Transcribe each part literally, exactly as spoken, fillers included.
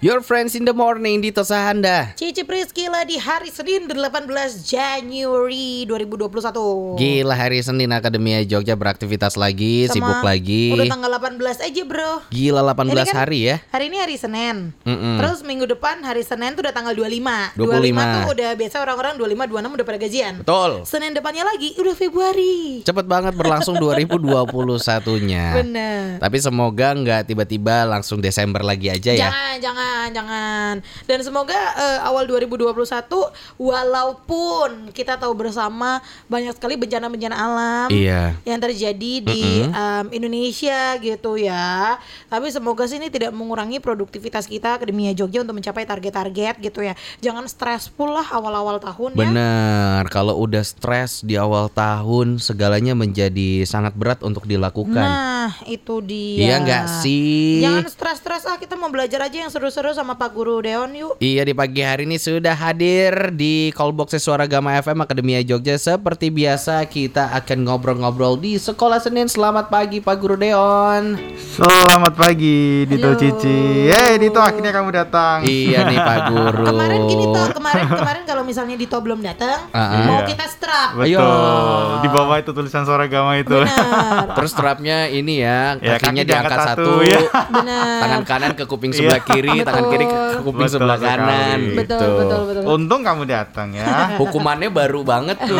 Your friends in the morning di Tosahanda. Cici Priscila di hari Senin delapan belas Januari dua ribu dua puluh satu. Gila, hari Senin Akademia Jogja beraktivitas lagi, Sama, sibuk lagi. Udah tanggal delapan belas aja bro. Gila, delapan belas kan, hari ya. Hari ini hari Senin. Mm-mm. Terus minggu depan hari Senin tuh udah tanggal dua puluh lima. dua puluh lima tuh udah biasa orang-orang dua puluh lima, dua puluh enam udah pada gajian. Betul. Senin depannya lagi udah Februari. Cepet banget berlangsung dua ribu dua puluh satu-nya. Bener. Tapi semoga nggak tiba-tiba langsung Desember lagi aja ya. Jangan, jangan, jangan. Dan semoga uh, awal dua ribu dua puluh satu walaupun kita tahu bersama banyak sekali bencana-bencana alam Iya. yang terjadi di um, Indonesia gitu ya. Tapi semoga sih ini tidak mengurangi produktivitas kita Akademia Jogja untuk mencapai target-target gitu ya. Jangan stressful lah awal-awal tahun ya. Benar, kalau udah stres di awal tahun segalanya menjadi sangat berat untuk dilakukan. Nah, itu dia. Iya nggak sih? Jangan stres-stres ah, kita mau belajar aja yang seru-seru sama Pak Guru Deon yuk. Iya, di pagi hari ini sudah hadir di Callbox Suara Gama F M Akademia Jogja. Seperti biasa kita akan ngobrol-ngobrol di Sekolah Senin. Selamat pagi Pak Guru Deon. Selamat pagi Dito Halo. Cici. Yeay Dito, akhirnya kamu datang. Iya nih Pak Guru. Kemarin gini toh, kemarin kemarin kalau misalnya Dito belum datang, Ah, mau iya. kita strap. Betul. Ayo. Di bawah itu tulisan Suara Gama itu. Benar. Terus strapnya ini ya, Ya, kakinya kaki diangkat diangkat satu, satu, ya. Benar. tangan kanan ke kuping sebelah Iya. kiri, tangan kiri ke kuping Betul sebelah sekali. kanan. Betul, gitu. betul, betul. Untung kamu datang ya. Hukumannya baru banget tuh,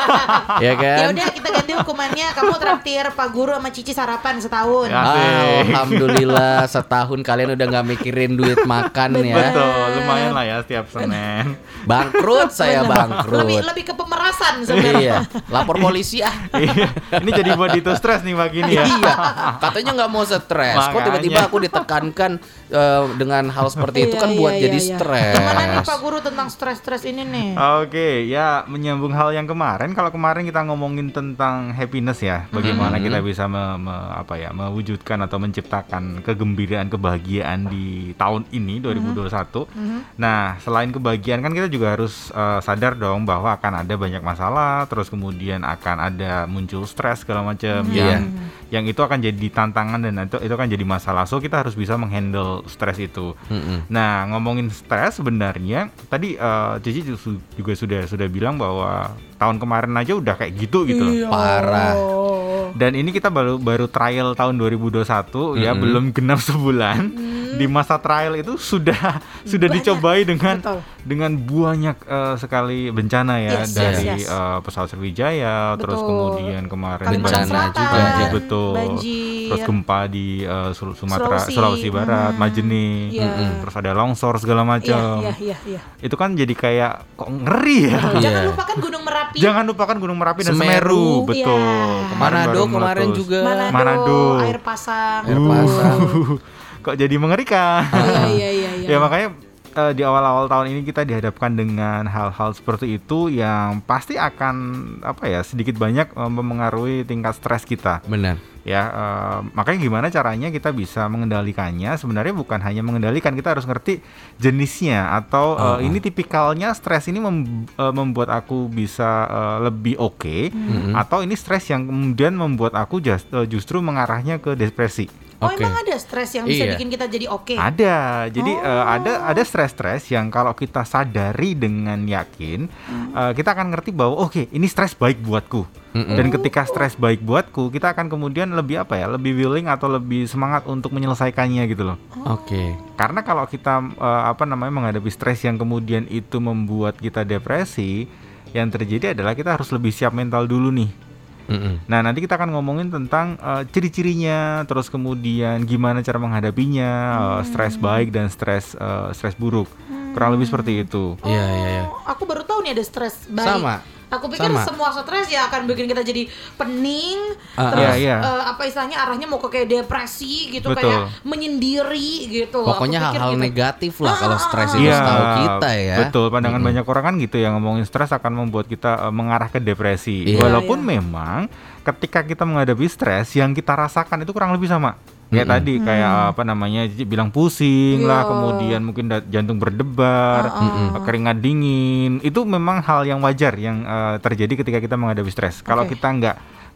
ya kan? Ya udah kita ganti hukumannya, kamu traktir Pak Guru sama Cici sarapan setahun. Ya. Ah, Alhamdulillah setahun kalian udah nggak mikirin duit makan ya. Betul, lumayan lah ya setiap Senin. Bangkrut saya Lebih bangkrut. lebih ke pemerasan sebenarnya. Iya, lapor polisi ah. Iya. Ini jadi buat Dito stres nih pagi ini ya. Iya, katanya nggak mau stres. Kok Makanya. tiba-tiba aku ditekankan eh, dengan hal seperti itu Iya, kan buat iya, jadi iya, iya. stres. Gimana nih Pak Guru tentang stres-stres ini nih? Oke, ya menyambung hal yang kemarin. Kalau kemarin kita ngomongin tentang happiness ya, bagaimana Mhm. kita bisa me- me- apa ya, mewujudkan atau menciptakan kegembiraan, kebahagiaan di tahun ini dua ribu dua puluh satu. Nah, selain kebahagiaan kan kita juga harus uh, sadar dong bahwa akan ada banyak masalah, terus kemudian akan ada muncul stres segala macam yang yang itu akan jadi tantangan dan itu itu akan jadi masalah. So kita harus bisa menghandle stres itu. Mm-mm. Nah, ngomongin stres sebenarnya tadi uh, Cici ju- juga sudah sudah bilang bahwa tahun kemarin aja udah kayak gitu gitu loh. Iya. Parah. Dan ini kita baru baru trial tahun dua ribu dua puluh satu ya, Mm-mm. belum genap sebulan. Di masa trial itu sudah sudah Banyak. dicobai dengan Betul. dengan banyak uh, sekali bencana ya, Yes, dari yes, yes. uh, pesawat Sriwijaya, terus Betul. kemudian kemarin Kalimantan Bencana Selatan, juga. banjir, betul. banjir. Terus gempa di uh, Sul- Sumatera, Sulawesi. Sulawesi Barat, Hmm. Majene. Iya. Mm-mm. Terus ada longsor segala Iya, macam. iya, iya, iya. Itu kan jadi kayak kok ngeri ya. Betul. Jangan Iya. lupakan Gunung Merapi. Jangan lupakan Gunung Merapi dan Semeru. Semeru, betul. Iya. Kemarin Manado baru kemarin meletus. juga. Manado, Manado. air pasang. Air pasang. Kok jadi mengerikan. Iya, iya, iya, iya. Ya makanya eh, di awal-awal tahun ini kita dihadapkan dengan hal-hal seperti itu yang pasti akan apa ya, sedikit banyak eh, mempengaruhi tingkat stres kita. Benar. Ya, eh, makanya gimana caranya kita bisa mengendalikannya? Sebenarnya bukan hanya mengendalikan, kita harus ngerti jenisnya atau eh, Oh, oh. ini tipikalnya stres ini mem- eh, membuat aku bisa eh, lebih oke, Mhm. atau ini stres yang kemudian membuat aku just- eh, justru mengarahnya ke depresi. Oh, Oke. emang ada stres yang bisa Iya. bikin kita jadi oke? Ada, jadi Oh. eh, ada ada stres-stres yang kalau kita sadari dengan yakin, eh, kita akan ngerti bahwa oke, ini stres baik buatku. Mm-mm. Dan ketika stres baik buatku, kita akan kemudian lebih apa ya, lebih willing atau lebih semangat untuk menyelesaikannya gitu loh. Oke. Karena kalau kita eh, apa namanya menghadapi stres yang kemudian itu membuat kita depresi, yang terjadi adalah kita harus lebih siap mental dulu nih. Mm-mm. Nah, nanti kita akan ngomongin tentang uh, ciri-cirinya, terus kemudian gimana cara menghadapinya, uh, stres baik dan stres uh, stres buruk. Kurang lebih seperti itu. Iya, iya, iya. Oh, aku baru tahu nih ada stres baik. Sama. Aku pikir Sama. semua stres ya akan bikin kita jadi pening, Ah, terus iya, iya. eh, apa istilahnya arahnya mau ke kayak depresi gitu, Betul. kayak menyendiri gitu. Pokoknya Aku pikir hal-hal gitu. negatif lah Ah, kalau ah, stres ah, itu Iya, setahu kita ya. betul. Pandangan Mm-mm. banyak orang kan gitu ya, ngomongin stres akan membuat kita uh, mengarah ke depresi. Iya. Walaupun Iya. memang ketika kita menghadapi stres, yang kita rasakan itu kurang lebih sama. Kayak Mm-mm. tadi, kayak apa namanya, Cici bilang pusing lah, Iya. kemudian mungkin da- jantung berdebar, Ah, ah. keringat dingin. Itu memang hal yang wajar yang uh, terjadi ketika kita menghadapi stres. Kalau Oke. kita nggak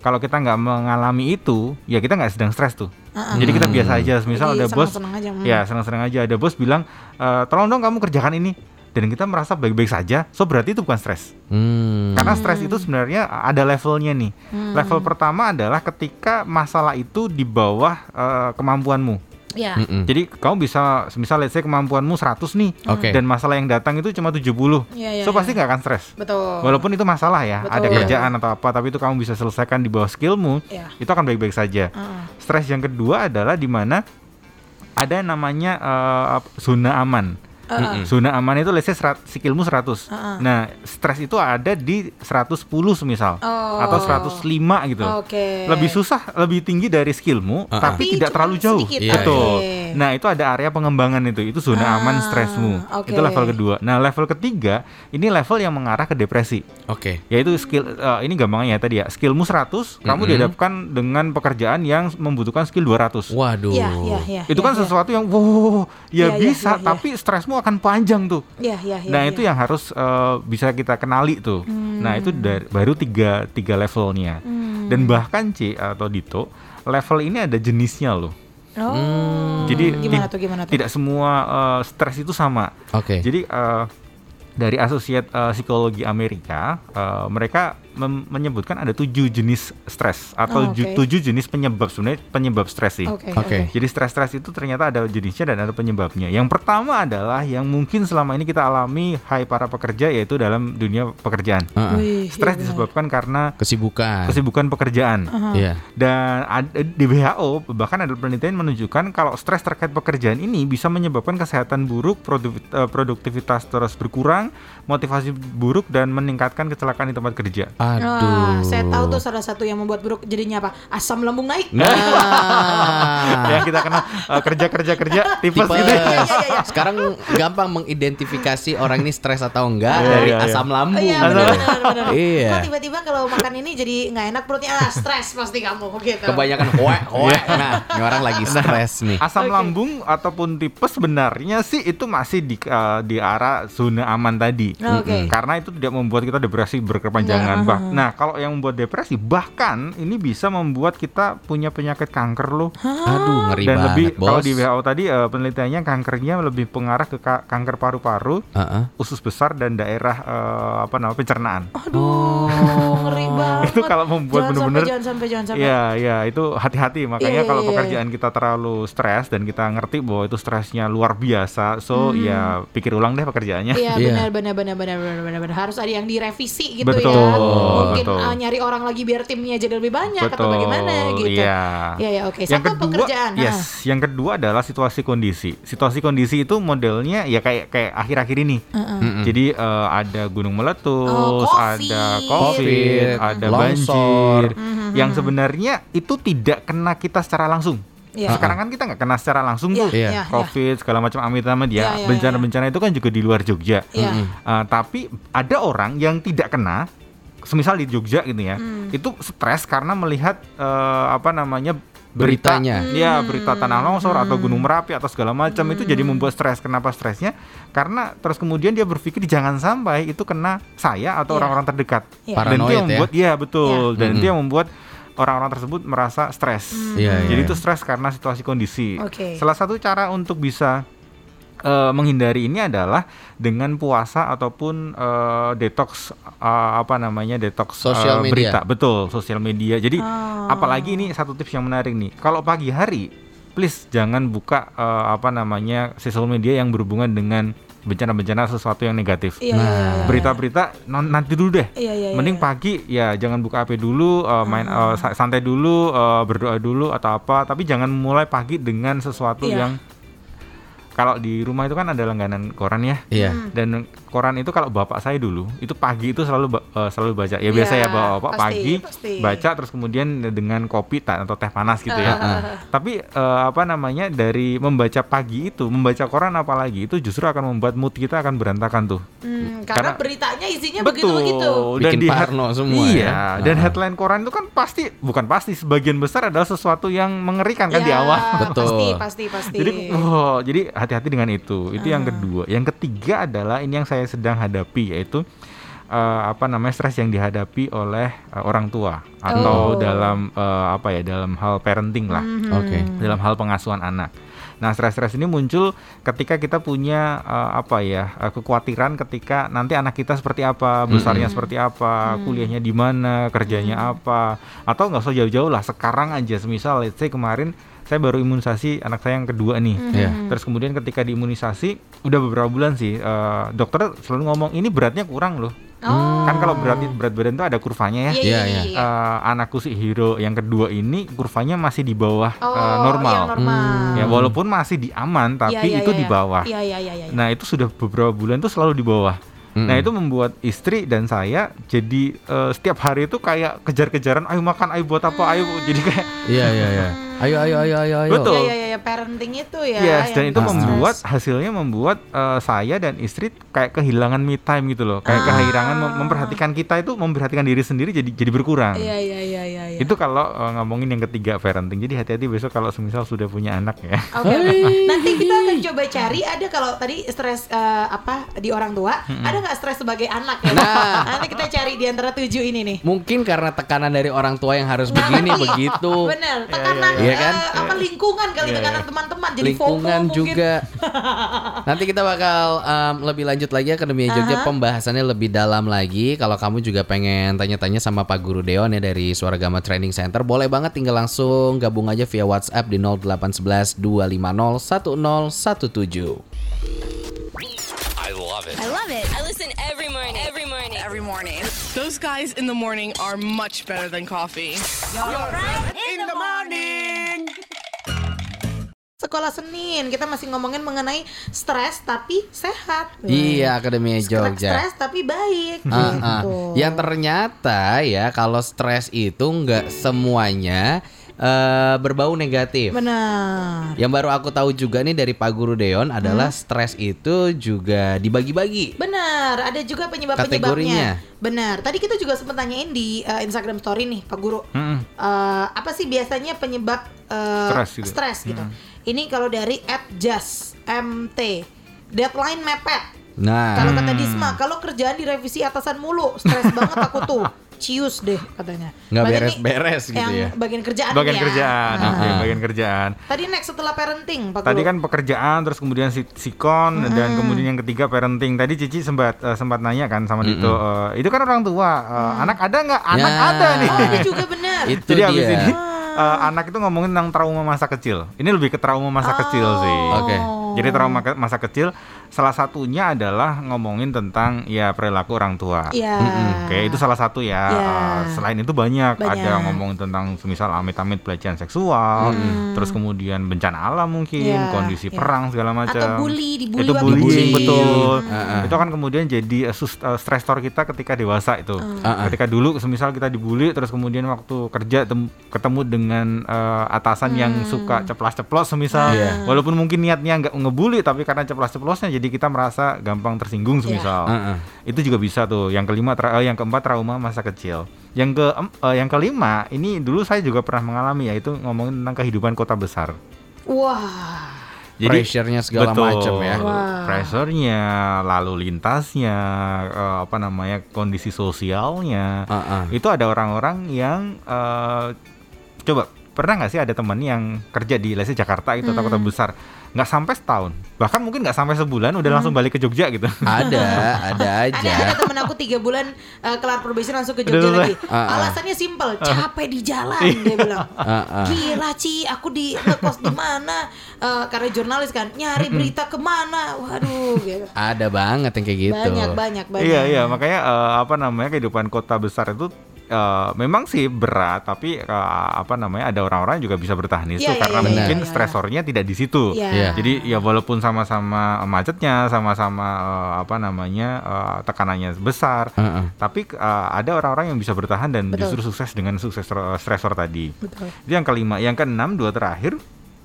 kalau kita nggak mengalami itu, ya kita nggak sedang stres tuh. Uh-uh. Jadi kita biasa aja. Misal Jadi ada bos, senang-senang aja, hmm. ya senang-senang aja. Ada bos bilang, e, tolong dong kamu kerjakan ini, dan kita merasa baik-baik saja. So berarti itu bukan stres. Hmm. Karena stres itu sebenarnya ada levelnya nih. Hmm. Level pertama adalah ketika masalah itu di bawah uh, kemampuanmu. Ya. Mm-mm. Jadi kamu bisa, misal let's say kemampuanmu seratus nih, Oke. dan masalah yang datang itu cuma tujuh puluh. Ya, ya, So ya. pasti nggak akan stres. Betul. Walaupun itu masalah ya, Betul. ada Iya. kerjaan atau apa, tapi itu kamu bisa selesaikan di bawah skillmu, Ya. itu akan baik-baik saja. Uh-uh. Stres yang kedua adalah di mana ada namanya uh, zona aman. Uh-uh. Zona aman itu let's say serat, skillmu seratus. Uh-uh. Nah, stres itu ada di seratus sepuluh semisal, Oh. atau seratus lima gitu. Oke. Lebih susah, lebih tinggi dari skillmu, Uh-uh. tapi Tapi tidak cuma terlalu jauh. sedikit. Iya, Betul. Oke. Nah, itu ada area pengembangan itu, itu zona Ah, aman stresmu. oke. Itu level kedua. Nah, level ketiga ini level yang mengarah ke depresi. Oke. Yaitu skill uh, ini gampangnya ya tadi ya. Skillmu seratus, kamu Mm-mm. dihadapkan dengan pekerjaan yang membutuhkan skill dua ratus. Waduh. Iya, iya, iya. Itu kan iya, sesuatu yang wow, ya Iya, iya, bisa, iya, iya. tapi stresmu akan panjang tuh. Iya, iya, iya. Nah iya. itu yang harus uh, bisa kita kenali tuh. Hmm. Nah itu dari, baru tiga tiga levelnya. Hmm. Dan bahkan C atau Dito, level ini ada jenisnya loh. Oh. Hmm. Jadi gimana ti- tuh gimana tuh? Tidak semua uh, stres itu sama. Oke. Jadi uh, dari Asosiat uh, Psikologi Amerika, uh, mereka mem- menyebutkan ada tujuh jenis stres atau Oh, ju- oke. tujuh jenis penyebab, sebenarnya penyebab stres sih. Oke. Oke. Jadi stres-stres itu ternyata ada jenisnya dan ada penyebabnya. Yang pertama adalah yang mungkin selama ini kita alami, hai para pekerja, yaitu dalam dunia pekerjaan. Uh-uh. Wih, Stres iya benar. disebabkan karena Kesibukan. kesibukan pekerjaan. Aha. Iya. Dan ad- di W H O bahkan ada penelitian menunjukkan kalau stres terkait pekerjaan ini bisa menyebabkan kesehatan buruk, produ- eh, produktivitas terus berkurang, motivasi buruk, dan meningkatkan kecelakaan di tempat kerja. Ah, Aduh. saya tahu tuh salah satu yang membuat buruk jadinya apa? Asam lambung naik. Nah. Ya kita kenal eh, kerja-kerja-kerja tipes Tipes. gitu. Sekarang gampang mengidentifikasi orang ini stres atau enggak Iya, dari iya, iya. asam Oh lambung. iya benar benar benar. Iya. Kok tiba-tiba kalau makan ini jadi nggak enak perutnya, ah stres pasti kamu gitu. Kebanyakan hoe hoe. Nah, ini orang lagi stres nih. Asam Oke. lambung ataupun tipes sebenarnya sih itu masih di eh, di arah zona aman tadi. Oke. Karena itu tidak membuat kita depresi berkepanjangan. Nah, Bah- nah, kalau yang membuat depresi bahkan ini bisa membuat kita punya penyakit kanker loh. Aduh, ngeri Dan banget, lebih Bos. kalau di W H O tadi eh, penelitiannya kankernya lebih pengarah ke ka- kanker paru-paru, Heeh. usus besar, dan daerah eh, apa namanya pencernaan. Aduh, ngeri banget. Itu kalau membuat jangan bener-bener sampai, jangan sampai, jangan sampai. Iya, iya, itu hati-hati. Makanya Iya, iya, kalau iya, pekerjaan kita terlalu stres dan kita ngerti bahwa itu stresnya luar biasa, so ya pikir ulang deh pekerjaannya. Iya Iya. benar benar benar benar benar benar benar. Harus ada yang direvisi gitu Betul, ya. Mungkin betul. uh, nyari orang lagi biar timnya jadi lebih banyak atau Betul, bagaimana gitu. Iya. Iya ya oke. Yang Satu kedua, pekerjaan. yes, ah. yang kedua adalah situasi kondisi. Situasi kondisi itu modelnya ya kayak kayak akhir-akhir ini. Heeh. Mm-mm. Jadi eh, ada gunung meletus, Oh, COVID. ada Covid, covid, ada longsor. banjir, yang sebenarnya itu tidak kena kita secara langsung. Iya. Sekarang kan kita nggak kena secara langsung tuh. Iya, Iya. iya, Covid segala macam amit-amit Iya, ya. iya, Bencana-bencana itu kan juga di luar Jogja. Iya. Mm-mm. Uh, tapi ada orang yang tidak kena, semisal di Jogja gitu ya, Hmm. itu stres karena melihat uh, apa namanya berita, Beritanya. ya berita tanah longsor atau gunung merapi atau segala macam, itu jadi membuat stres. Kenapa stresnya? Karena terus kemudian dia berpikir jangan sampai itu kena saya atau Iya. orang-orang terdekat. Iya. Dan itu Paranoid yang ya? membuat, ya betul, Iya. dan itu Mm-mm. yang membuat orang-orang tersebut merasa stres. Iya, iya, Jadi iya. itu stres karena situasi kondisi. Oke. Salah satu cara untuk bisa eh, menghindari ini adalah dengan puasa ataupun eh, detox eh, apa namanya detox eh, Sosial media. berita, betul, sosial media. Jadi Oh. apalagi ini satu tips yang menarik nih. Kalau pagi hari, please jangan buka eh, apa namanya sosial media yang berhubungan dengan bencana-bencana sesuatu yang negatif. Iya, iya, iya, iya. Berita-berita non- nanti dulu deh. Iya, iya, iya, Mending iya. pagi ya jangan buka H P dulu, eh, main eh, sa- santai dulu, eh, berdoa dulu atau apa. Tapi jangan mulai pagi dengan sesuatu Iya. yang kalau di rumah itu kan ada langganan koran ya. Iya. Hmm. Dan koran itu kalau bapak saya dulu itu pagi itu selalu ba- eh, selalu baca. Ya Iya, biasa ya bapak pasti, pagi pasti. baca terus kemudian dengan kopi ta- atau teh panas gitu ya. Ah. Tapi eh, apa namanya dari membaca pagi itu, membaca koran apalagi itu justru akan membuat mood kita akan berantakan tuh. Hmm, Karena- karena, beritanya isinya Betul. begitu-begitu. Dan Bikin di parno semua Iya, ya. dan Ah. headline koran itu kan pasti bukan pasti sebagian besar adalah sesuatu yang mengerikan kan di Ya, awal. Betul. Pasti, pasti, pasti. Jadi, oh, jadi hati-hati dengan itu. Itu yang Ah. kedua. Yang ketiga adalah ini yang saya sedang hadapi, yaitu uh, apa namanya stres yang dihadapi oleh uh, orang tua atau Oh. dalam uh, apa ya dalam hal parenting lah, Mhm. Oke. dalam hal pengasuhan anak. Nah, stres-stres ini muncul ketika kita punya uh, apa ya uh, kekhawatiran ketika nanti anak kita seperti apa, besarnya seperti apa, kuliahnya di mana, kerjanya apa, atau nggak usah jauh-jauh lah. Sekarang aja, semisal, let's say kemarin saya baru imunisasi anak saya yang kedua nih. Iya. Terus kemudian ketika diimunisasi udah beberapa bulan sih, uh, dokter selalu ngomong ini beratnya kurang loh. Oh. Kan kalau berat berat badan tuh ada kurvanya ya. Iya, iya, Iya, iya, iya. Uh, anakku si Hero yang kedua ini kurvanya masih di bawah Oh, uh, normal. yang normal. Ya walaupun masih di aman tapi Iya, iya, itu iya, di iya. bawah. Iya, iya, iya, iya. Nah itu sudah beberapa bulan tuh selalu di bawah. Mm-mm. Nah itu membuat istri dan saya jadi uh, setiap hari itu kayak kejar-kejaran, ayo makan, ayo buat apa, ayo. Jadi kayak Iya iya iya. Ayo ayo ayo ayo ayo. Betul. Iya, iya, iya, parenting itu ya. yes, dan yang itu bikin membuat stres. hasilnya membuat uh, saya dan istri kayak kehilangan me time gitu loh, kayak Ah. kehilangan mem- memperhatikan kita itu memperhatikan diri sendiri jadi jadi berkurang. Iya, iya, iya, iya, iya. Itu kalau uh, ngomongin yang ketiga parenting. Jadi hati-hati besok kalau semisal sudah punya anak ya. Oke, oke. Nanti kita akan coba cari ada kalau tadi stres eh, apa di orang tua, ada nggak stres sebagai anak ya? Nah. Nanti kita cari di antara tujuh ini nih. Mungkin karena tekanan dari orang tua yang harus Nggak begini ngerti. begitu. Bener, tekanan Iya kan? eh, apa lingkungan kali Iya, tekanan iya. teman-teman jadi Lingkungan FOMO mungkin. juga. Nanti kita bakal um, lebih lanjut lagi Akademia Jogja, Aha. pembahasannya lebih dalam lagi. Kalau kamu juga pengen tanya-tanya sama Pak Guru Deon ya dari Suara Gama Training Center, boleh banget tinggal langsung gabung aja via WhatsApp di nol delapan satu satu dua lima nol satu nol satu tujuh. I love it. I love it. I listen every morning. Every morning. Every morning. Those guys in the morning are much better than coffee. Sekolah Senin kita masih ngomongin mengenai stres tapi sehat. Iya, Akademia Stres, Jogja. stres tapi baik. Ah, ah. gitu. Yang ternyata ya kalau stres itu nggak semuanya eh, berbau negatif. Benar. Yang baru aku tahu juga nih dari Pak Guru Deon adalah Hmm? stres itu juga dibagi-bagi. Benar, ada juga Kategorinya. penyebab-penyebabnya. Benar. Tadi kita juga sempat tanyain di uh, Instagram Story nih, Pak Guru. Mm-mm. Uh, apa sih biasanya penyebab uh, Stres gitu. stres gitu? Ini kalau dari at just mt deadline mepet. Nah, Kalau kata Disma, kalau kerjaan direvisi atasan mulu, stres banget aku tuh. Cius deh katanya. nggak Berarti nih beres-beres gitu yang ya. bagian kerjaan Bagian ini ya. kerjaan, Nah. oke, bagian kerjaan. Tadi next setelah parenting, Pak Tadi Guru. kan pekerjaan, terus kemudian si- sikon, dan kemudian yang ketiga parenting. Tadi Cici sempat eh, sempat nanya kan sama Dito, eh, itu kan orang tua, eh, anak ada nggak? Anak Ya. ada nih. Oh, itu juga benar. Itu Jadi habis dia. ini eh, anak itu ngomongin tentang trauma masa kecil. Ini lebih ke trauma masa kecil sih. Oke. Jadi trauma ke- masa kecil salah satunya adalah ngomongin tentang ya perilaku orang tua. Iya. Oke, itu salah satu ya. Ya. Uh, selain itu banyak, Banyak. ada ngomong tentang semisal amit-amit pelecehan seksual, terus kemudian bencana alam mungkin, Ya, kondisi ya. perang segala macam. Atau bully, dibully Itu waktu bullying, kecil. betul. Heeh. Itu kan kemudian jadi uh, sus- uh, stressor kita ketika dewasa itu. Heeh. Ketika dulu semisal kita dibully, terus kemudian waktu kerja tem- ketemu dengan uh, atasan yang suka ceplas-ceplos semisal, Iya. walaupun mungkin niatnya nggak ngebully, tapi karena ceplas-ceplosnya jadi kita merasa gampang tersinggung semisal. Heeh. Itu juga bisa tuh. Yang kelima, tra- eh, yang keempat trauma masa kecil. Yang ke em- eh, yang kelima ini dulu saya juga pernah mengalami, yaitu ngomongin tentang kehidupan kota besar. Wah. Pressure-nya segala macam ya. Wah. Pressure-nya, lalu lintasnya, eh, apa namanya, kondisi sosialnya. Heeh. Itu ada orang-orang yang eh, coba pernah nggak sih ada teman yang kerja di let's say Jakarta itu atau kota besar, nggak sampai setahun, bahkan mungkin nggak sampai sebulan udah langsung balik ke Jogja gitu. Ada, ada Ada ada aja. temen aku tiga bulan uh, kelar probation langsung ke Jogja Aduh. lagi. Ah, ah. Alasannya simpel, capek di jalan dia bilang. Ah, ah. Gila Ci, aku di ngekos di mana? Uh, karena jurnalis kan, nyari berita kemana? Waduh, gitu. Ada banget yang kayak gitu. Banyak banyak banyak. Iya iya, makanya eh, apa namanya, kehidupan kota besar itu eh, memang sih berat, tapi eh, apa namanya, ada orang-orang yang juga bisa bertahan itu Iya, iya, karena iya, mungkin iya, iya. stresornya tidak di situ. Iya. Iya. Jadi ya walaupun sama-sama macetnya, sama-sama eh, apa namanya, eh, tekanannya besar, Heeh. tapi eh, ada orang-orang yang bisa bertahan dan Betul. justru sukses dengan sukses stresor tadi. Betul. Itu yang kelima. Yang keenam, dua terakhir,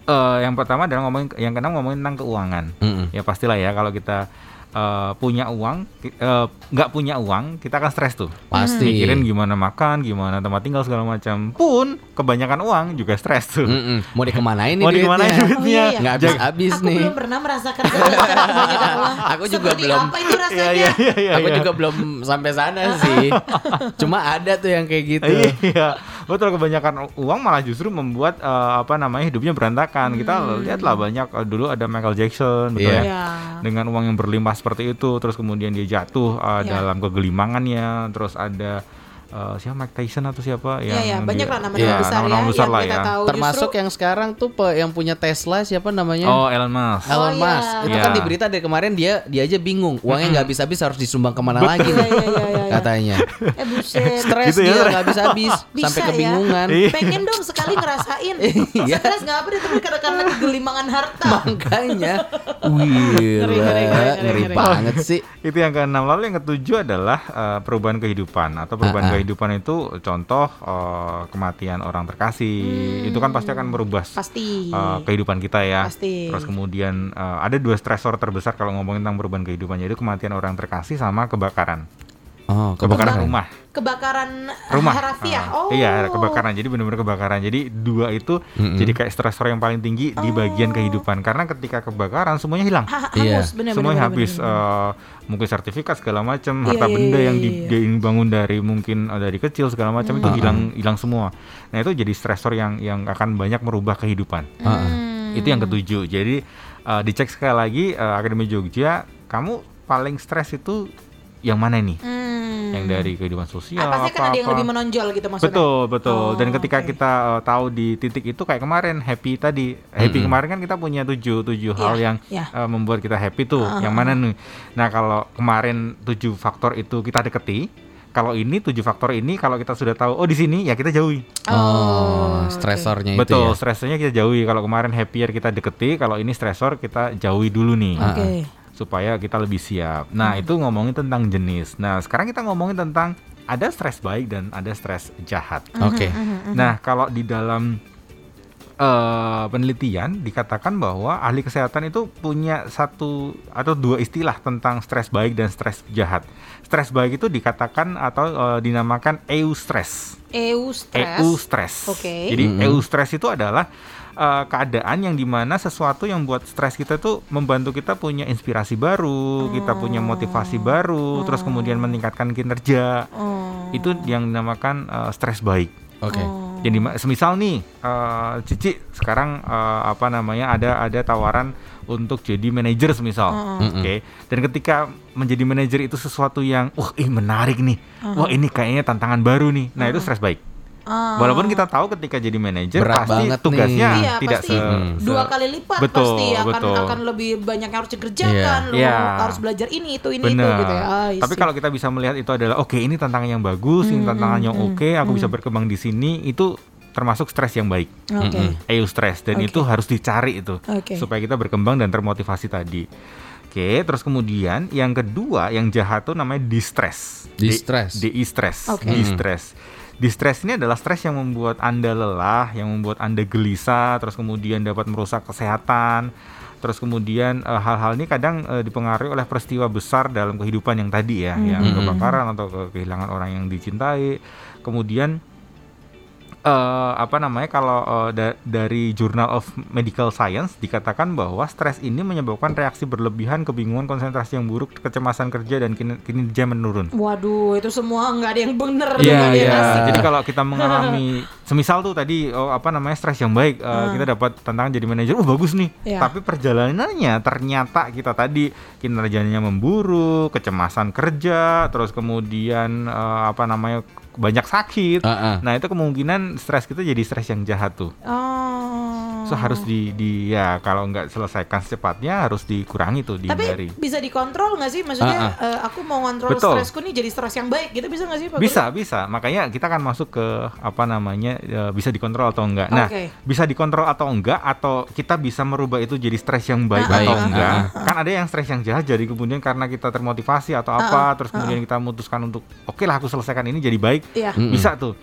Uh, yang pertama adalah ngomongin, yang keenam ngomongin tentang keuangan. Mm-mm. Ya pastilah ya kalau kita uh, punya uang, uh, nggak punya uang, kita akan stres tuh. Pasti. Mikirin gimana makan, gimana tempat tinggal segala macam. Pun kebanyakan uang juga stres tuh. Mm-mm. Mau dikemanain nih Mau dikemanain duitnya? duitnya? Oh, iya, iya. Nggak habis-habis Aku nih. belum pernah merasakan kebanyakan uang. Aku juga Seperti belum. apa itu rasanya? Iya, iya, iya, Aku iya. juga belum sampai sana sih. Cuma ada tuh yang kayak gitu. Iya, betul, kebanyakan uang malah justru membuat uh, apa namanya hidupnya berantakan. Kita lihatlah banyak uh, dulu ada Michael Jackson, betul Iya. ya. Iya. Dengan uang yang berlimpah seperti itu, terus kemudian dia jatuh uh, Iya. dalam kegelimangannya, terus ada uh, siapa Mike Tyson atau siapa Iya, iya, yang banyak dia- lah nama-nama Iya, besar nama-nama ya besar yang lah kita ya. tahu. Termasuk Justru- yang sekarang tuh pe- yang punya Tesla siapa namanya? Oh, Elon Musk. Elon Oh, iya. Musk. Itu Iya. kan di berita dari kemarin dia dia aja bingung. Uangnya nggak habis-habis harus disumbang kemana lagi Iya, nih iya, iya, iya. katanya. Eh buset. Stres Gitu ya. dia nggak habis-habis Bisa sampai ya. kebingungan. Iya. Pengen dong sekali ngerasain. Iya. Stres nggak apa deh, tapi karena karena kegelimangan harta. Makanya, wih, Ngeri, ngeri, ngeri, ngeri ngeri. banget sih. Itu yang keenam. Lalu yang ketujuh adalah uh, perubahan kehidupan atau perubahan Ah, ah. kehidupan itu contoh uh, kematian orang terkasih. Itu kan pasti akan merubah Pasti. uh, kehidupan kita ya. Pasti. Terus kemudian uh, ada dua stresor terbesar kalau ngomongin tentang perubahan kehidupan, yaitu kematian orang terkasih sama kebakaran. Oh, Kebakaran Kebak- rumah. Kebakaran Rumah. harafiah. Ah, Oh. Iya, kebakaran. Jadi benar-benar kebakaran. Jadi dua itu Mm-mm. jadi kayak stresor yang paling tinggi di bagian kehidupan, karena ketika kebakaran semuanya hilang. Ha- Iya. Hangus, bener, Semuanya bener, habis, bener, bener. eh, mungkin sertifikat segala macam, Iya, harta iya, benda iya, yang iya, di- iya. dibangun dari mungkin eh, dari kecil segala macam itu Hmm. hilang hilang semua. Nah itu jadi stresor yang yang akan banyak merubah kehidupan. Hmm. Itu yang ketujuh. Jadi eh, dicek sekali lagi eh, Akademi Jogja, kamu paling stres itu yang mana nih? Hmm. Yang dari kehidupan sosial Ah, pasti kan ada yang apa-apa. lebih menonjol gitu maksudnya. Betul, betul. Oh, Dan ketika oke. kita uh, tahu di titik itu kayak kemarin happy tadi, happy Mm-mm. kemarin kan kita punya tujuh tujuh hal Iya, yang iya. uh, membuat kita happy tuh. Uh-huh. Yang mana nih? Nah kalau kemarin tujuh faktor itu kita deketi, kalau ini tujuh faktor ini kalau kita sudah tahu, oh di sini ya kita jauhi. Oh, oke. stresornya itu Betul, ya. stresnya kita jauhi. Kalau kemarin happier kita deketi, kalau ini stresor kita jauhi dulu nih. Oke. Supaya kita lebih siap. Nah, itu ngomongin tentang jenis. Nah, sekarang kita ngomongin tentang ada stres baik dan ada stres jahat. Oke. Nah, kalau di dalam eh, penelitian dikatakan bahwa ahli kesehatan itu punya satu atau dua istilah tentang stres baik dan stres jahat. Stres baik itu dikatakan atau eh, dinamakan eustress. Eustress. Eustress. Oke. Jadi Mm-mm. eustress itu adalah eh, keadaan yang dimana sesuatu yang buat stres kita tuh membantu kita punya inspirasi baru, kita punya motivasi baru, terus kemudian meningkatkan kinerja. Oh. Itu yang dinamakan eh, stres baik. Oke. Jadi ma- semisal nih eh, Cici sekarang eh, apa namanya ada ada tawaran untuk jadi manajer semisal, Mm-mm. oke. Dan ketika menjadi manajer itu sesuatu yang, wah ini menarik nih, wah ini kayaknya tantangan baru nih. Nah itu stres baik. Ah. Walaupun kita tahu ketika jadi manajer Berat pasti banget tugasnya nih. Iya, tidak pasti se, se- dua kali lipat betul, pasti akan betul. akan lebih banyak yang harus dikerjakan, Iya. lo Iya. harus belajar ini itu ini Benar. itu gitu ya. Ah, I Tapi see. kalau kita bisa melihat itu adalah oke ini tantangan yang bagus, ini tantangan yang oke, aku bisa berkembang di sini, itu termasuk stres yang baik. Oke. Eustress, dan Oke. itu harus dicari itu Oke. supaya kita berkembang dan termotivasi tadi. Oke, terus kemudian yang kedua yang jahat tuh namanya distress. Distress. D- Distress. Oke. Distress. Distress ini adalah stres yang membuat Anda lelah, yang membuat Anda gelisah, terus kemudian dapat merusak kesehatan. Terus kemudian eh, hal-hal ini kadang eh, dipengaruhi oleh peristiwa besar dalam kehidupan yang tadi ya, yang kebakaran atau ke- kehilangan orang yang dicintai. Kemudian eh, apa namanya kalau eh, da- dari Journal of Medical Science dikatakan bahwa stres ini menyebabkan reaksi berlebihan, kebingungan, konsentrasi yang buruk, kecemasan kerja dan kin- kinerja menurun. Waduh, itu semua nggak ada yang bener. Iya, nggak ada yang iya. asik. Jadi kalau kita mengalami, semisal tuh tadi, oh, apa namanya stres yang baik, eh, kita dapat tantangan jadi manajer, oh bagus nih. Iya. Tapi perjalanannya ternyata kita tadi kinerjanya memburuk, kecemasan kerja, terus kemudian eh, apa namanya banyak sakit. Ah, ah. Nah itu kemungkinan stres kita jadi stres yang jahat tuh. Oh. So harus di, di ya kalau nggak selesaikan secepatnya harus dikurangi tuh, dihindari. Tapi bisa dikontrol nggak sih? Maksudnya Ah, eh, aku mau ngontrol Betul. stresku nih jadi stres yang baik gitu, bisa nggak sih Pak Bisa, Guru? bisa. Makanya kita akan masuk ke apa namanya e, bisa dikontrol atau enggak. Nah, Oke. bisa dikontrol atau enggak atau kita bisa merubah itu jadi stres yang baik Baik, atau ah, enggak. ah, Kan ada yang stres yang jahat jadi kemudian karena kita termotivasi atau apa, terus kemudian kita memutuskan untuk oke lah aku selesaikan ini jadi baik. Iya. Bisa tuh.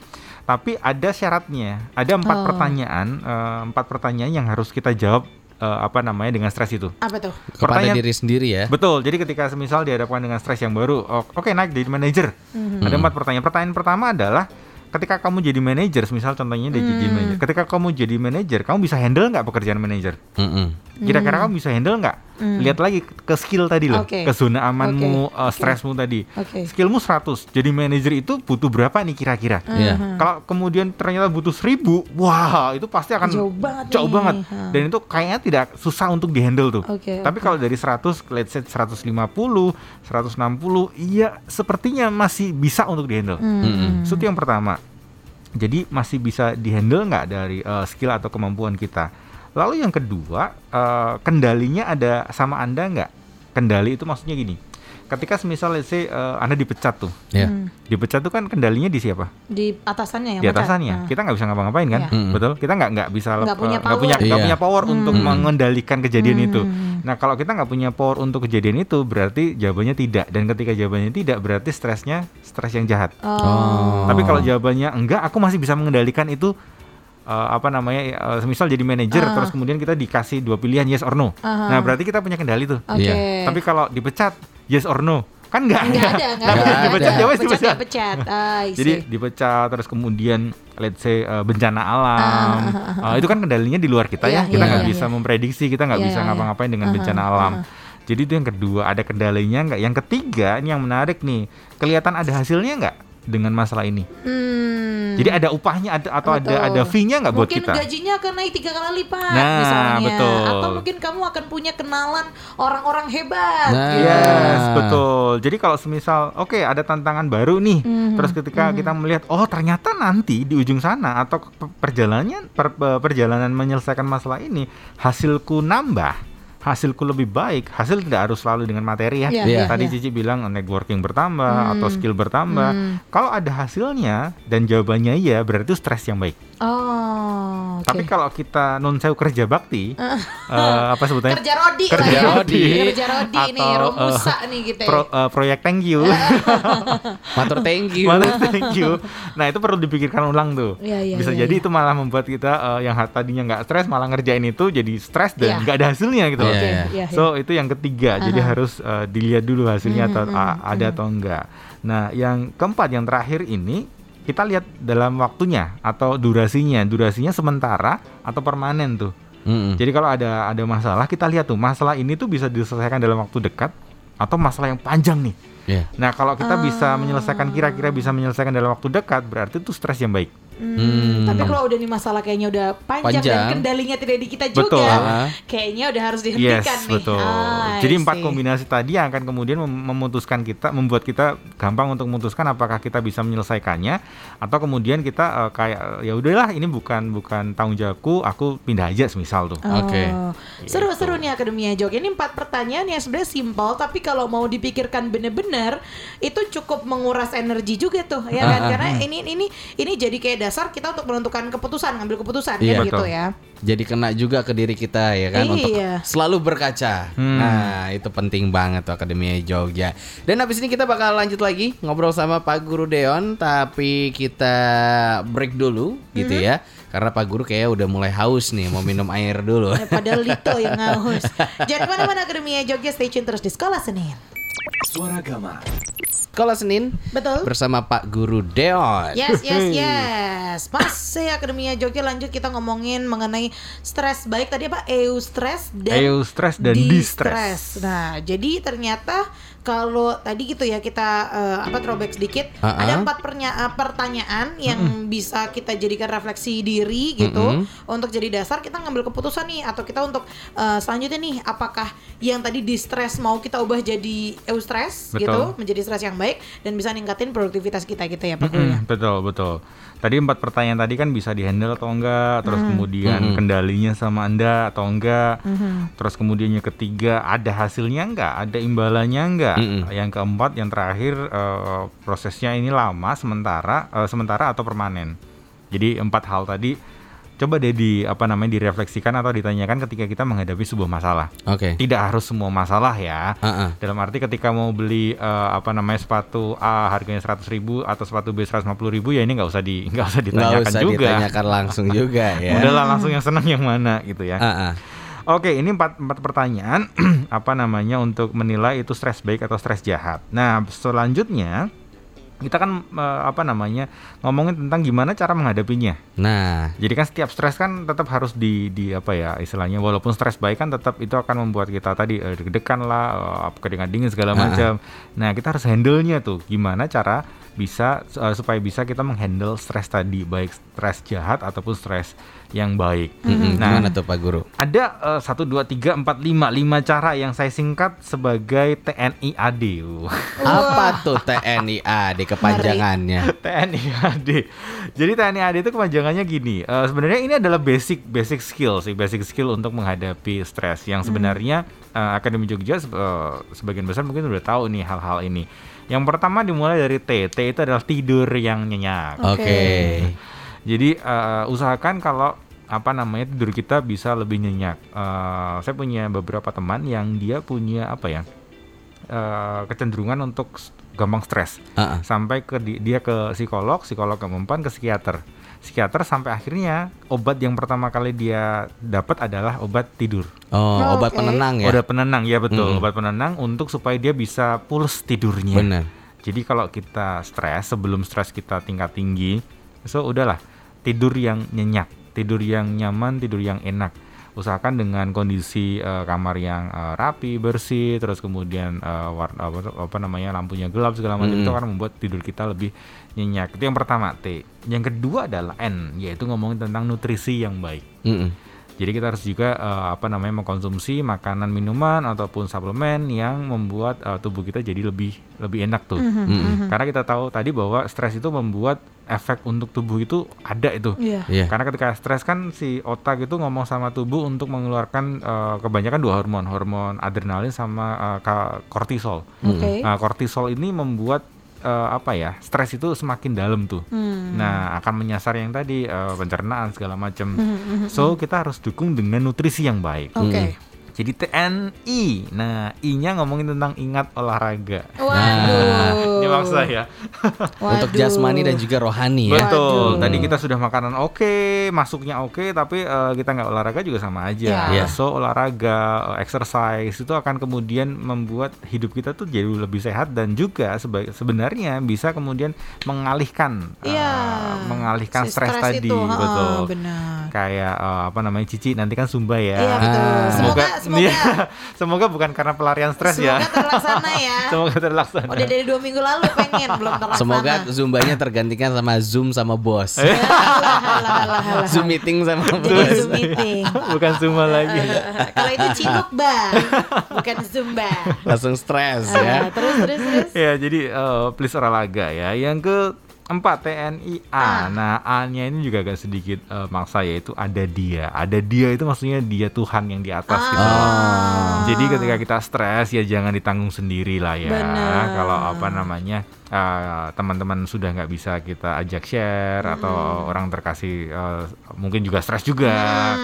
Tapi ada syaratnya. Ada empat Oh. pertanyaan, uh, empat pertanyaan yang harus kita jawab uh, apa namanya dengan stres itu. Apa tuh? Kepada Pertanyaan- diri sendiri ya. Betul. Jadi ketika semisal dihadapkan dengan stres yang baru, oh, oke naik jadi manajer. Mhm. Ada empat pertanyaan. Pertanyaan pertama adalah ketika kamu jadi manajer, misal contohnya dia jadi Hmm. manajer. Ketika kamu jadi manajer, kamu bisa handle nggak pekerjaan manajer? Mm-mm. Kira-kira kamu bisa handle nggak? Lihat lagi ke skill tadi loh, Hmm. Oke. ke zona amanmu, Oke. uh, Oke. stresmu tadi. Oke. Skillmu seratus. Jadi manajer itu butuh berapa nih kira-kira? Iya. Kalau kemudian ternyata butuh seribu, wah itu pasti akan Jauh banget jauh nih. banget. Ha. Dan itu kayaknya tidak susah untuk dihandle tuh. Oke, Tapi oke. kalau dari seratus, let's say seratus lima puluh, seratus enam puluh, iya sepertinya masih bisa untuk dihandle. Hmm. Itu yang pertama. Jadi masih bisa dihandle nggak dari uh, skill atau kemampuan kita. Lalu yang kedua, uh, kendalinya ada sama Anda nggak? Kendali itu maksudnya gini. Ketika semisal let's say uh, Anda dipecat tuh. Ya. Hmm. Dipecat tuh kan kendalinya di siapa? Di atasannya yang Di pecat. atasannya. Nah. Kita nggak bisa ngapa-ngapain kan? Iya. Mm-mm. Betul? Kita nggak nggak bisa Nggak lep- punya uh, nggak punya power. nggak Iya. punya power untuk Mm-mm. mengendalikan kejadian Hmm. itu. Nah, kalau kita nggak punya power untuk kejadian itu, berarti jawabannya tidak. Dan ketika jawabannya tidak, berarti stresnya stres yang jahat. Oh. Tapi kalau jawabannya enggak, aku masih bisa mengendalikan itu. Uh, apa namanya, uh, semisal jadi manajer, Ah. terus kemudian kita dikasih dua pilihan yes or no. Aha. Nah, berarti kita punya kendali tuh. Oke. Iya. Tapi kalau dipecat yes or no, kan enggak. Nggak ada, nggak Tapi ada. dipecat ada. ya wes Pecat dipecat. ya pecat. Ah, I Jadi see. dipecat, terus kemudian let's say uh, bencana alam, Ah, uh, itu kan kendalinya di luar kita Iya, ya. Kita iya, nggak iya, bisa iya. memprediksi, kita nggak Iya, bisa iya. ngapa-ngapain dengan Aha, bencana alam. aha. Jadi itu yang kedua, ada kendalinya nggak? Yang ketiga, ini yang menarik nih, kelihatan ada hasilnya nggak dengan masalah ini? Hmm. Jadi ada upahnya ada atau Betul. ada ada fee-nya nggak buat mungkin kita? gajinya akan naik tiga kali lipat Nah, misalnya. betul. Atau mungkin kamu akan punya kenalan orang-orang hebat. Nah. gitu. Yes, betul. Jadi kalau semisal, oke ada tantangan baru nih, Mhm, terus ketika kita melihat, oh ternyata nanti di ujung sana atau ke- perjalanannya per- per- perjalanan menyelesaikan masalah ini hasilku nambah, hasilku lebih baik. Hasil tidak harus selalu dengan materi ya. Iya, Iya. Tadi iya. Cici bilang networking bertambah atau skill bertambah. Hmm. Kalau ada hasilnya dan jawabannya iya, berarti itu stres yang baik. Oh, oke. Tapi kalau kita non sewu kerja bakti, eh, apa sebutannya? kerja rodi Kerja lah ya. rodi. Kerja rodi nih, Atau, romusa eh, nih gitu ya. Pro, eh, proyek thank you. Matur thank you. Malah thank you. Nah itu perlu dipikirkan ulang tuh. Iya, iya, Bisa iya, jadi iya. itu malah membuat kita eh, yang ha- tadinya nggak stres malah ngerjain itu jadi stres dan Iya. nggak ada hasilnya gitu. Iya, Oke, iya. iya, iya. So itu yang ketiga. Jadi harus eh, dilihat dulu hasilnya atau a- ada atau enggak. Nah yang keempat yang terakhir ini kita lihat dalam waktunya atau durasinya. Durasinya sementara atau permanen tuh. Mm-mm. Jadi kalau ada ada masalah kita lihat tuh masalah ini tuh bisa diselesaikan dalam waktu dekat atau masalah yang panjang nih. Iya. Nah kalau kita bisa Ah. menyelesaikan kira-kira bisa menyelesaikan dalam waktu dekat berarti itu stres yang baik. Hmm, Hmm. Tapi kalau udah nih masalah kayaknya udah panjang, Panjang. dan kendalinya tidak di kita Betul. juga, Ah. kayaknya udah harus Yes, dihentikan nih. betul. Ah, I Jadi empat see. kombinasi tadi yang akan kemudian mem- memutuskan kita, membuat kita gampang untuk memutuskan apakah kita bisa menyelesaikannya atau kemudian kita eh, kayak ya udahlah ini bukan bukan tanggung jawabku, aku pindah aja semisal tuh. Oh, Oke. Seru-seru nih Akademia Jogja. Ini empat pertanyaan yang sebenarnya simpel, tapi kalau mau dipikirkan bener-bener itu cukup menguras energi juga tuh, ya kan? Ah, ah, Karena ini ini ini jadi kayak dasar kita untuk menentukan keputusan, ngambil keputusan Iya. kan gitu Betul. ya. Jadi kena juga ke diri kita ya kan untuk Iya. selalu berkaca. Hmm. Nah, itu penting banget tuh Akademia Jogja. Dan habis ini kita bakal lanjut lagi ngobrol sama Pak Guru Deon, tapi kita break dulu gitu ya. Karena Pak Guru kayak udah mulai haus nih, mau minum air dulu. Eh, Padahal Lito yang haus. Jangan kemana-mana Akademia Jogja, stay tune terus di Sekolah Senin. Suara Gama. Sekolah Senin Betul. bersama Pak Guru Deon. Yes, yes, yes. Masih Akademia Jogja, lanjut kita ngomongin mengenai stres baik tadi apa? Eustress dan Eustress dan distress. Nah, jadi ternyata kalau tadi gitu ya kita eh, apa throwback sedikit, Uh-uh. ada empat pernya- eh, pertanyaan yang bisa kita jadikan refleksi diri gitu Mm-mm. untuk jadi dasar kita ngambil keputusan nih atau kita untuk eh, selanjutnya nih apakah yang tadi distress mau kita ubah jadi eustress Betul. gitu, menjadi stres yang baik dan bisa ningkatin produktivitas kita gitu ya Pak Guru ya. Mm-mm, betul betul. Tadi empat pertanyaan tadi kan bisa dihandle atau enggak, terus kemudian Mm-mm. kendalinya sama Anda atau enggak, Mhm. terus kemudian yang ketiga ada hasilnya enggak, ada imbalannya enggak. Mm-mm. Yang keempat yang terakhir eh, prosesnya ini lama sementara eh, sementara atau permanen. Jadi empat hal tadi coba deh di apa namanya direfleksikan atau ditanyakan ketika kita menghadapi sebuah masalah. Oke. Tidak harus semua masalah ya. Uh-uh. Dalam arti ketika mau beli uh, apa namanya sepatu A harganya seratus ribu atau sepatu B seratus lima puluh ribu, ya ini nggak usah di nggak usah ditanyakan Nggak usah juga. ditanyakan langsung juga ya. Udahlah langsung yang senang yang mana gitu ya. Uh-uh. Oke, ini empat, empat pertanyaan apa namanya untuk menilai itu stres baik atau stres jahat. Nah, selanjutnya kita kan uh, apa namanya ngomongin tentang gimana cara menghadapinya. Nah, Jadi kan setiap stres kan tetap harus di di apa ya istilahnya, walaupun stres baik kan tetap itu akan membuat kita tadi uh, deg-degan lah, uh, keringat dingin segala macam. Nah, kita harus handle-nya tuh gimana cara bisa uh, supaya bisa kita menghandle stres tadi, baik stres jahat ataupun stres yang baik. mm-mm, Nah, gimana tuh Pak Guru? ada uh, satu dua tiga empat lima lima cara yang saya singkat sebagai T N I A D. Apa tuh T N I A D kepanjangannya? T N I A D. Jadi T N I A D itu kepanjangannya gini. Uh, sebenarnya ini adalah basic basic skill sih, basic skill untuk menghadapi stres yang sebenarnya uh, Akademi Jogja uh, sebagian besar mungkin udah tahu nih hal-hal ini. Yang pertama dimulai dari T. T itu adalah tidur yang nyenyak. Oke. Okay. Jadi uh, usahakan kalau apa namanya tidur kita bisa lebih nyenyak. Uh, saya punya beberapa teman yang dia punya apa ya uh, kecenderungan untuk gampang stres, Uh-uh. sampai ke di, dia ke psikolog, psikolog ke mempan, ke psikiater, psikiater sampai akhirnya obat yang pertama kali dia dapat adalah obat tidur. Oh, Oh, obat oke. penenang ya? Obat penenang, ya betul, Mm-mm. obat penenang untuk supaya dia bisa pules tidurnya. Benar. Jadi kalau kita stres, sebelum stres kita tingkat tinggi, so udahlah tidur yang nyenyak, tidur yang nyaman, tidur yang enak. Usahakan dengan kondisi uh, kamar yang uh, rapi, bersih, terus kemudian uh, warna apa, apa namanya lampunya gelap segala macam, Mm-hmm. itu akan membuat tidur kita lebih nyenyak. Itu yang pertama T. Yang kedua adalah N, yaitu ngomongin tentang nutrisi yang baik. Mm-mm. Jadi kita harus juga uh, apa namanya mengkonsumsi makanan, minuman ataupun suplemen yang membuat uh, tubuh kita jadi lebih lebih enak tuh. Mm-mm. Karena kita tahu tadi bahwa stres itu membuat efek untuk tubuh itu ada itu. Iya. Iya. Karena ketika stres kan si otak itu ngomong sama tubuh untuk mengeluarkan uh, kebanyakan dua hormon, hormon adrenalin sama uh, ka- kortisol. Oke. Nah, kortisol ini membuat uh, apa ya stres itu semakin dalam tuh. Hmm. Nah, akan menyasar yang tadi uh, pencernaan segala macam. So kita harus dukung dengan nutrisi yang baik. Oke. Jadi T N I. Nah, I-nya ngomongin tentang ingat olahraga. Waduh. Ini maksa ya. Untuk Waduh. jasmani dan juga rohani ya. Betul. Waduh. Tadi kita sudah makanan oke, masuknya oke, tapi uh, kita nggak olahraga juga sama aja. Iya. So olahraga, uh, exercise itu akan kemudian membuat hidup kita tuh jadi lebih sehat dan juga seba- sebenarnya bisa kemudian mengalihkan, uh, Iya. mengalihkan Si stres tadi. itu, ha, Betul. benar. Kayak uh, apa namanya Cici nanti kan Zumba ya. Iya, betul. Ah. Semoga semoga Iya, semoga bukan karena pelarian stres ya. semoga terlaksana ya. Semoga terlaksana. Udah dari dua minggu lalu pengen belum terlaksana. Semoga zumbanya tergantikan sama Zoom sama bos. Alah, alah, alah, alah. Zoom meeting sama Jadi bos. Zoom meeting. Bukan Zumba lagi. Kalau itu Cinuk Bang, bukan Zumba. Langsung stres Ah, ya. terus terus terus. Ya, jadi uh, please olahraga ya. Yang keempat T N I A. Nah, A-nya ini juga agak sedikit uh, maksa, yaitu ada dia. Ada dia itu maksudnya dia Tuhan yang di atas gitu. Ah. Jadi ketika kita stres ya jangan ditanggung sendiri lah ya. Benar. Kalau apa namanya uh, teman-teman sudah nggak bisa kita ajak share atau orang terkasih uh, mungkin juga stres juga.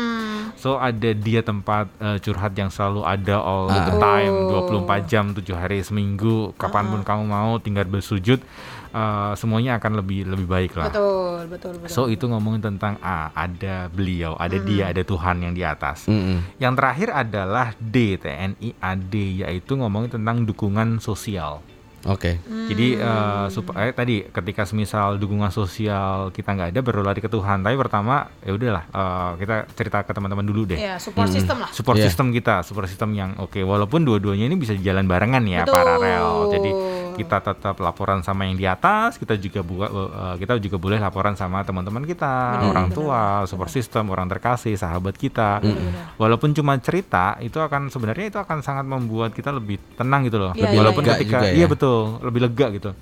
So ada dia tempat uh, curhat yang selalu ada all the time, dua puluh empat jam, tujuh hari seminggu, kapanpun kamu mau tinggal bersujud, uh, semuanya akan lebih lebih baik lah. Betul, betul, betul. So itu ngomongin tentang A, ada beliau, ada dia, ada Tuhan yang di atas. Mm-mm. Yang terakhir adalah D, T N I A D, yaitu ngomongin tentang dukungan sosial. Oke. Jadi uh, supaya tadi ketika semisal dukungan sosial kita nggak ada, baru lari ke Tuhan. Tapi pertama ya udahlah uh, kita cerita ke teman-teman dulu deh. Ya, support system lah. Support Iya. system kita, support system yang oke. Walaupun dua-duanya ini bisa jalan barengan ya, Betul. paralel. Jadi kita tetap laporan sama yang di atas, kita juga buka, uh, kita juga boleh laporan sama teman-teman kita, Benar, orang benar, tua, support system, orang terkasih, sahabat kita. Benar. Walaupun cuma cerita, itu akan sebenarnya itu akan sangat membuat kita lebih tenang gitu loh. Iya, Walaupun iya, iya. ketika Lega juga iya ya. betul, lebih lega gitu.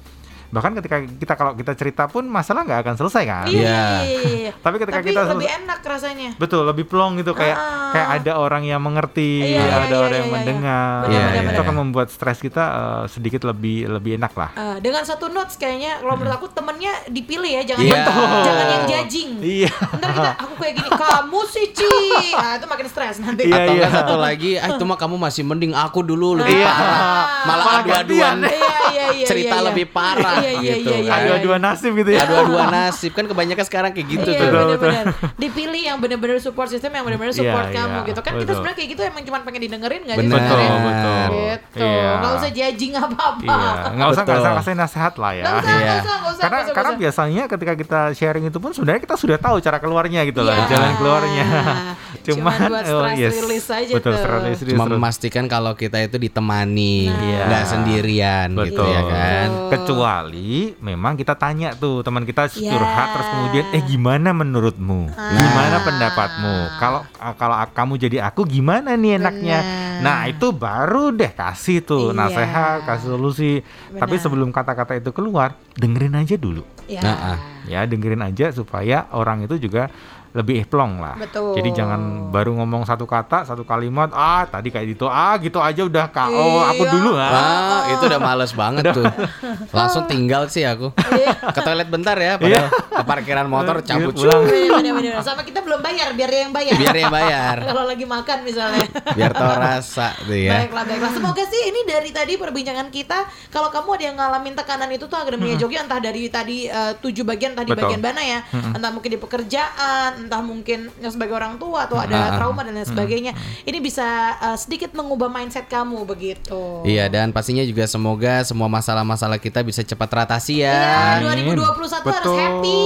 Bahkan ketika kita kalau kita cerita pun masalah nggak akan selesai kan. Iya, Iya. iya, iya. Tapi ketika Tapi kita lebih enak rasanya. betul lebih plong gitu kayak Ah. kayak ada orang yang mengerti, Iya, iya, ada iya, orang iya, yang iya. mendengar. Benar, Nah, benar, itu akan benar. membuat stres kita eh, sedikit lebih lebih enak lah. Eh, dengan satu notes kayaknya kalau menurut aku temennya dipilih ya, jangan Iya. jangan yang judging. Iya. Ntar kita aku kayak gini, kamu sih Ci. Nah, itu makin stres nanti. Iya, Atau iya. enggak satu lagi, ah itu mah kamu masih mending aku dulu lebih Iya. parah. Malah Malah adu-aduan Iya, iya, iya, cerita iya, iya. lebih parah Iya, iya, gitu iya, iya, kan. iya. Adu-adu nasib gitu ya. Adu-aduan nasib kan kebanyakan sekarang kayak gitu Iya tuh. betul, benar-benar dipilih yang benar-benar support system yang benar-benar support Iya, kamu iya, gitu kan kita betul. sebenarnya kayak gitu emang cuma pengen didengerin nggak sih Benar. sebenarnya? Betul, betul. Gitu Iya. nggak usah judging apa-apa. Iya, nggak usah nggak Betul. usah kasih nasihat lah ya. Nggak usah, Iya. nggak usah, nggak usah, Karena nggak usah, karena nggak usah. biasanya ketika kita sharing itu pun sebenarnya kita sudah tahu cara keluarnya gitu loh, Iya. jalan keluarnya. Cuman buat oh, stress yes. release aja Betul, tuh. stress release. Cuma memastikan kalau kita itu ditemani, Iya. nggak sendirian gitu Betul ya kan. Betul. Kecuali memang kita tanya tuh teman kita Ya. curhat terus kemudian eh gimana menurutmu? Gimana pendapatmu? Kalau kalau kamu jadi aku gimana nih enaknya? Benar. Nah, itu baru deh kasih tuh Iya. nasihat, kasih solusi. Tapi Benar. sebelum kata-kata itu keluar, dengerin aja dulu. Ya. Nah, ah. Ya, dengerin aja supaya orang itu juga lebih plong lah. Betul. Jadi jangan baru ngomong satu kata, satu kalimat, ah tadi kayak gitu, ah gitu aja udah K O, aku Iya. dulu ah. Wah, itu udah males banget tuh. Langsung tinggal sih aku. Ke toilet bentar ya, padahal ke parkiran motor cabut Iya, pulang. Bener-bener sama kita belum bayar biar dia yang bayar. biar dia bayar, Kalau lagi makan misalnya. biar tau rasa tuh ya. Baiklah, baiklah. Semoga sih ini dari tadi perbincangan kita, kalau kamu ada yang ngalamin tekanan itu tuh Akademia Jogja entah dari tadi eh, tujuh bagian, entah di Betul. bagian mana ya, entah mungkin di pekerjaan, entah mungkin yang sebagai orang tua atau ada Ah, ah. trauma dan lain sebagainya. Ini bisa eh, sedikit mengubah mindset kamu begitu. Iya, dan pastinya juga semoga semua masalah-masalah kita bisa cepat teratasi Iya, ya. dua ribu dua puluh satu harus Betul. happy.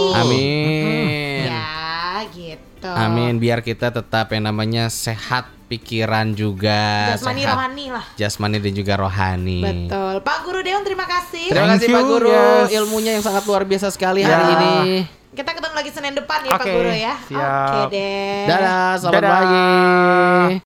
Amin. Ya, gitu. Amin, biar kita tetap yang namanya sehat pikiran juga, Jasmani sehat rohani lah. jasmani dan juga rohani. Betul. Pak Guru Deon, terima kasih. Terima Thank kasih Pak you, Guru, yes. ilmunya yang sangat luar biasa sekali Ya. hari ini. Kita ketemu lagi Senin depan ya Pak Oke, Guru ya. siap. Oke deh. Dadah, selamat Dadah. pagi.